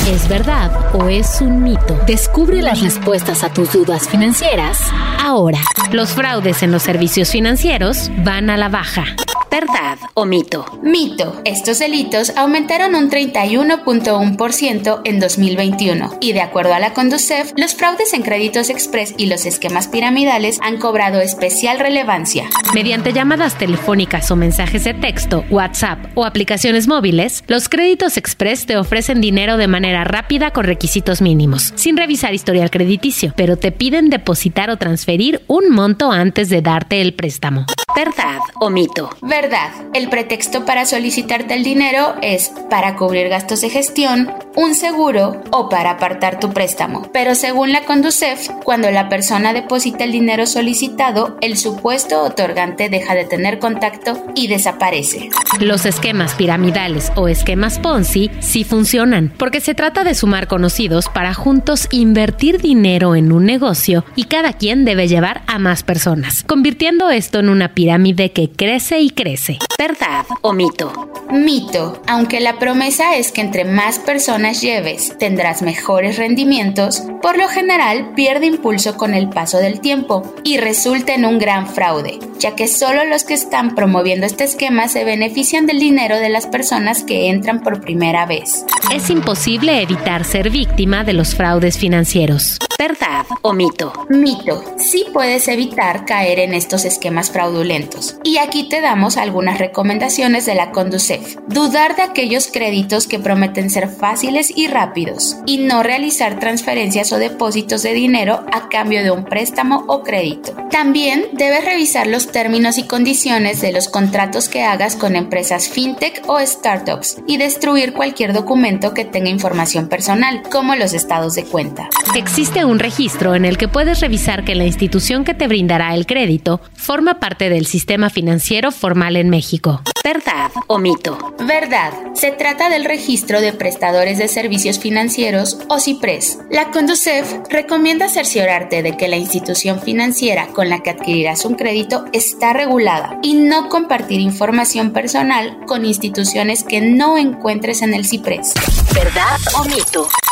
¿Es verdad o es un mito? Descubre las respuestas a tus dudas financieras ahora. Los fraudes en los servicios financieros van a la baja. ¿Verdad o mito? Mito. Estos delitos aumentaron un 31.1% en 2021 y de acuerdo a la Conducef, los fraudes en créditos express y los esquemas piramidales han cobrado especial relevancia. Mediante llamadas telefónicas o mensajes de texto, WhatsApp o aplicaciones móviles, los créditos express te ofrecen dinero de manera rápida con requisitos mínimos, sin revisar historial crediticio, pero te piden depositar o transferir un monto antes de darte el préstamo. ¿Verdad o mito? Verdad. El pretexto para solicitarte el dinero es para cubrir gastos de gestión, un seguro o para apartar tu préstamo. Pero según la Conducef, cuando la persona deposita el dinero solicitado, el supuesto otorgante deja de tener contacto y desaparece. Los esquemas piramidales o esquemas Ponzi sí funcionan, porque se trata de sumar conocidos para juntos invertir dinero en un negocio y cada quien debe llevar a más personas, convirtiendo esto en una pirámide que crece y crece. ¿Verdad o mito? Mito. Aunque la promesa es que entre más personas lleves, tendrás mejores rendimientos, por lo general pierde impulso con el paso del tiempo y resulta en un gran fraude, ya que solo los que están promoviendo este esquema se benefician del dinero de las personas que entran por primera vez. Es imposible evitar ser víctima de los fraudes financieros. ¿Verdad o mito? Mito. Sí puedes evitar caer en estos esquemas fraudulentos. Y aquí te damos algunas recomendaciones de la Conducef. Dudar de aquellos créditos que prometen ser fáciles y rápidos. Y no realizar transferencias o depósitos de dinero a cambio de un préstamo o crédito. También debes revisar los términos y condiciones de los contratos que hagas con empresas fintech o startups y destruir cualquier documento que tenga información personal, como los estados de cuenta. Existe un registro en el que puedes revisar que la institución que te brindará el crédito forma parte del sistema financiero formal en México. ¿Verdad o mito? Verdad. Se trata del Registro de Prestadores de Servicios Financieros o CIPRES. La Conducef recomienda cerciorarte de que la institución financiera con la que adquirirás un crédito está regulada y no compartir información personal con instituciones que no encuentres en el CIPRES. ¿Verdad o mito?